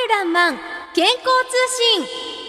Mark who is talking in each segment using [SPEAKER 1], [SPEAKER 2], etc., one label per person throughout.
[SPEAKER 1] るらんまん健康通信。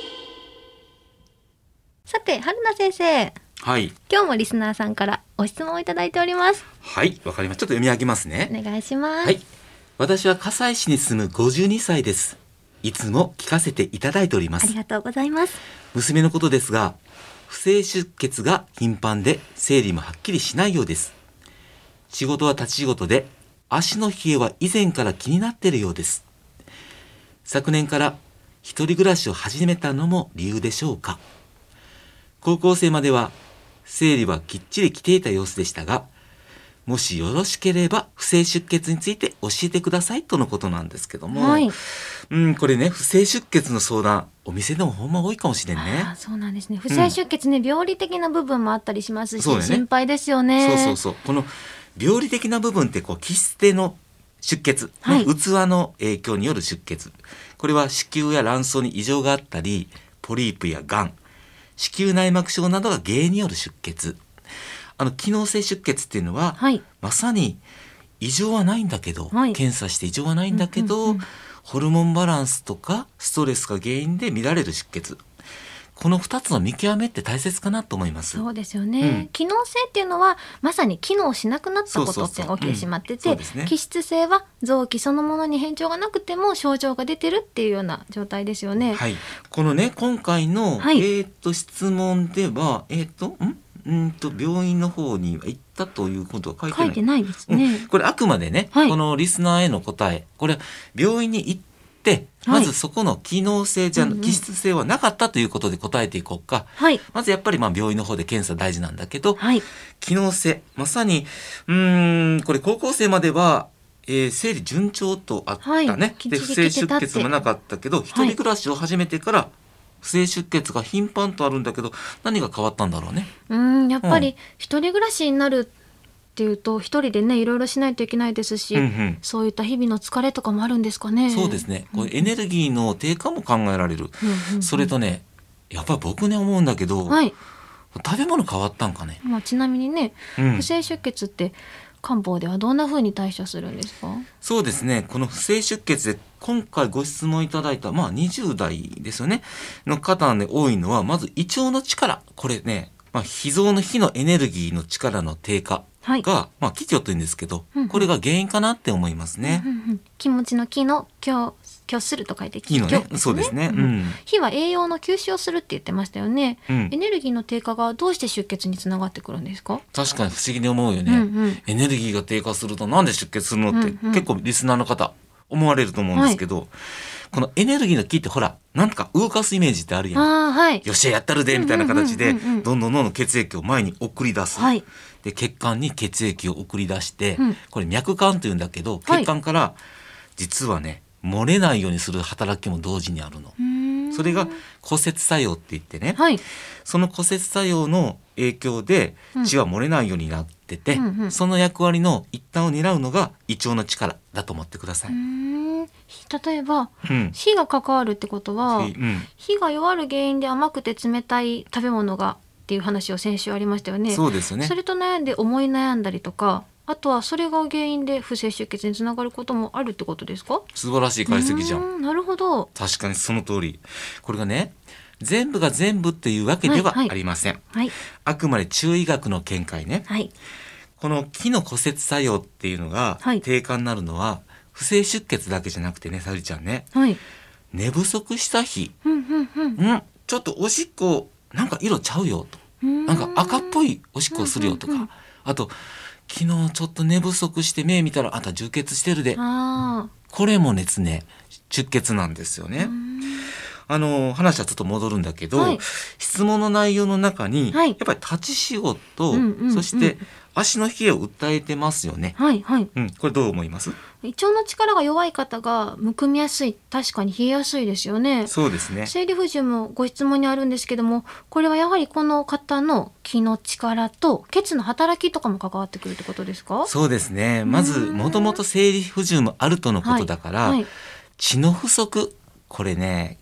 [SPEAKER 2] さて、春名先生、
[SPEAKER 3] はい。
[SPEAKER 2] 今日もリスナーさんからご質問をいただいております。
[SPEAKER 3] はい、わかりました。ちょっと読み上げますね。
[SPEAKER 2] お願いします。
[SPEAKER 3] はい。私は葛西市に住む52歳です。いつも聞かせていただいております。
[SPEAKER 2] ありがとうございます。
[SPEAKER 3] 娘のことですが、不正出血が頻繁で生理もはっきりしないようです。仕事は立ち仕事で、足の冷えは以前から気になっているようです。昨年から一人暮らしを始めたのも理由でしょうか。高校生までは生理はきっちり来ていた様子でしたが、もしよろしければ不正出血について教えてくださいとのことなんですけども、
[SPEAKER 2] はい。
[SPEAKER 3] これね、不正出血の相談、お店でもほんま多いかもしれんね。
[SPEAKER 2] そうなんですね。不正出血ね、病理的な部分もあったりしますし、
[SPEAKER 3] そうだよね
[SPEAKER 2] 心配ですよね。
[SPEAKER 3] この病理的な部分って気質性の出血、
[SPEAKER 2] はい、
[SPEAKER 3] 器の影響による出血。これは子宮や卵巣に異常があったり、ポリープやがん、子宮内膜症などが原因による出血。機能性出血っていうのは、
[SPEAKER 2] はい、
[SPEAKER 3] まさに異常はないんだけど、
[SPEAKER 2] はい、
[SPEAKER 3] 検査して異常はないんだけど、ホルモンバランスとかストレスが原因で見られる出血。この2つの見極めって大切かなと思います。
[SPEAKER 2] そうですよね、機能性っていうのはまさに機能しなくなったことって起きてしまってて、気質性は臓器そのものに変調がなくても症状が出てるっていうような状態ですよね。
[SPEAKER 3] はい、このね、今回の、
[SPEAKER 2] はい、
[SPEAKER 3] 質問では病院の方に行ったということは書いてない
[SPEAKER 2] ですね、
[SPEAKER 3] これあくまでね、
[SPEAKER 2] はい、
[SPEAKER 3] このリスナーへの答え、これ病院に行ってまずそこの機能性気質性はなかったということで答えていこうか、
[SPEAKER 2] はい、
[SPEAKER 3] まずやっぱり病院の方で検査大事なんだけど、
[SPEAKER 2] はい、
[SPEAKER 3] 機能性、まさにこれ高校生までは、生理順調とあったね、
[SPEAKER 2] はい、
[SPEAKER 3] で不正出血もなかったけど、一人暮らしを始めてから不正出血が頻繁とあるんだけど、何が変わったんだろうね。
[SPEAKER 2] やっぱり一人暮らしになるっていうと一人でねいろいろしないといけないですし、そういった日々の疲れとかもあるんですかね。
[SPEAKER 3] そうですね、これエネルギーの低下も考えられる、それとね、やっぱり僕ね思うんだけど、
[SPEAKER 2] はい、
[SPEAKER 3] 食べ物変わったんかね。
[SPEAKER 2] ちなみにね、不正出血って漢方ではどんな風に対処するんですか？
[SPEAKER 3] そうですね、この不正出血で今回ご質問いただいた、20代ですよねの方で多いのは、まず胃腸の力、これね、脾臓の火のエネルギーの力の低下が、気虚というんですけど、これが原因かなって思いますね。
[SPEAKER 2] 気持ちの気の虚すると書いて
[SPEAKER 3] 気のね、そうですね、
[SPEAKER 2] 火は栄養の吸収をするって言ってましたよね、エネルギーの低下がどうして出血につながってくるんですか？
[SPEAKER 3] 確かに不思議に思うよね、エネルギーが低下するとなんで出血するのって、結構リスナーの方思われると思うんですけど、このエネルギーの気ってほらなんか動かすイメージってあるやん、よっしゃやったるでみたいな形でどんどん血液を前に送り出す、で血管に血液を送り出して、これ脈管というんだけど、血管から実はね漏れないようにする働きも同時にあるの。それが骨折作用って言ってね、その骨折作用の影響で血は漏れないようになってて、その役割の一端を担うのが胃腸の力だと思ってください。
[SPEAKER 2] 例えば、火が関わるってことは、火が弱る原因で甘くて冷たい食べ物がっていう話を先週ありましたよね。
[SPEAKER 3] そうですよね。
[SPEAKER 2] それと悩んで思い悩んだりとか、あとはそれが原因で不正出血につながることもあるってことですか？
[SPEAKER 3] 素晴らしい解析じゃん。
[SPEAKER 2] なるほど。
[SPEAKER 3] 確かにその通り。これがね、全部が全部っていうわけではありません。あくまで中医学の見解ね。この気の骨折作用っていうのが低下になるのは、不正出血だけじゃなくてね、さりちゃんね、寝不足した日、ちょっとおしっこなんか色ちゃうよと、なんか赤っぽいおしっこをするよとか、あと昨日ちょっと寝不足して目見たらあんた充血してるで、これもですね出血なんですよね。話はちょっと戻るんだけど、質問の内容の中に、やっぱり立ち仕事、そして足の冷えを訴えてますよね。これどう思います？
[SPEAKER 2] 胃腸の力が弱い方がむくみやすい、確かに冷えやすいですよね。
[SPEAKER 3] そうですね。
[SPEAKER 2] 生理不順もご質問にあるんですけども、これはやはりこの方の気の力と血の働きとかも関わってくるってことですか？
[SPEAKER 3] そうですね。まずもともと生理不順もあるとのことだから、血の不足、これね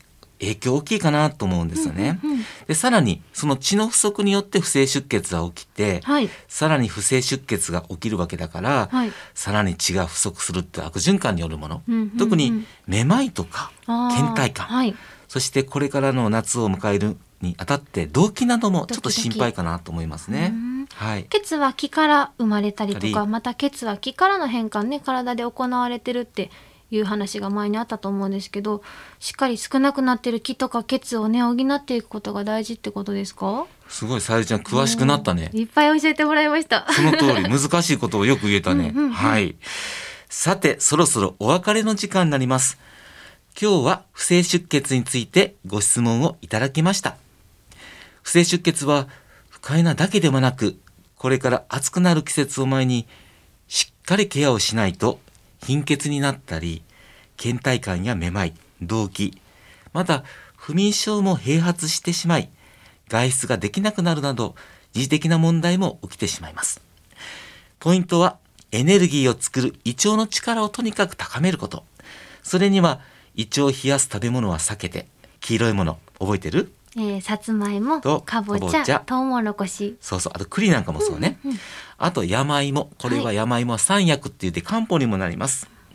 [SPEAKER 3] 影響大きいかなと思うんですよね。でさらにその血の不足によって不正出血が起きて、はい、さらに不正出血が起きるわけだから、はい、さらに血が不足するって悪循環によるもの、特にめまいとか倦怠感、はい、そしてこれからの夏を迎えるにあたって動悸などもちょっと心配かなと思いますね。
[SPEAKER 2] はい、血は気から生まれたりとか、また血は気からの変換ね、体で行われてるっていう話が前にあったと思うんですけど、しっかり少なくなってる気とか血をね補っていくことが大事ってことですか？
[SPEAKER 3] すごい、さゆりちゃん詳しくなったね。
[SPEAKER 2] いっぱい教えてもらいました。
[SPEAKER 3] その通り、難しいことをよく言えたね。はい。さて、そろそろお別れの時間になります。今日は不正出血についてご質問をいただきました。不正出血は不快なだけではなく、これから暑くなる季節を前にしっかりケアをしないと貧血になったり、倦怠感やめまい、動悸、また不眠症も併発してしまい、外出ができなくなるなど二次的な問題も起きてしまいます。ポイントはエネルギーを作る胃腸の力をとにかく高めること。それには胃腸を冷やす食べ物は避けて、黄色いもの覚えてる？
[SPEAKER 2] さつまいも、かぼちゃ、とうもろこし。
[SPEAKER 3] そうそう、あと栗なんかもそうね。あと山芋、これは山芋は三薬って言って漢方にもなります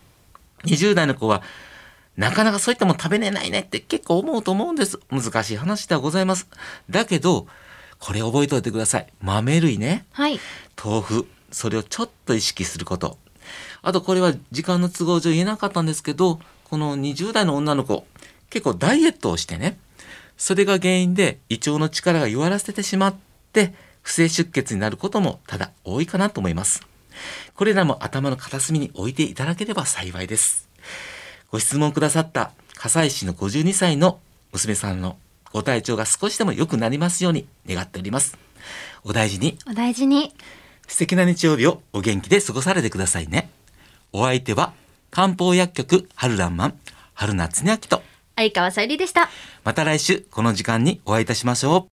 [SPEAKER 3] 。20代の子はなかなかそういったもの食べれないねって結構思うと思うんです。難しい話ではございます。だけどこれ覚えておいてください。豆類ね、はい、豆腐、それをちょっと意識すること。あとこれは時間の都合上言えなかったんですけど、この20代の女の子結構ダイエットをしてね、それが原因で胃腸の力が弱らせてしまって不正出血になることもただ多いかなと思います。これらも頭の片隅に置いていただければ幸いです。ご質問くださった笠井市の52歳の娘さんのご体調が少しでも良くなりますように願っております。お大事に。
[SPEAKER 2] お大事に。
[SPEAKER 3] 素敵な日曜日をお元気で過ごされてくださいね。お相手は漢方薬局春らんまん春名恒明と
[SPEAKER 2] 相川さゆりでした。
[SPEAKER 3] また来週この時間にお会いいたしましょう。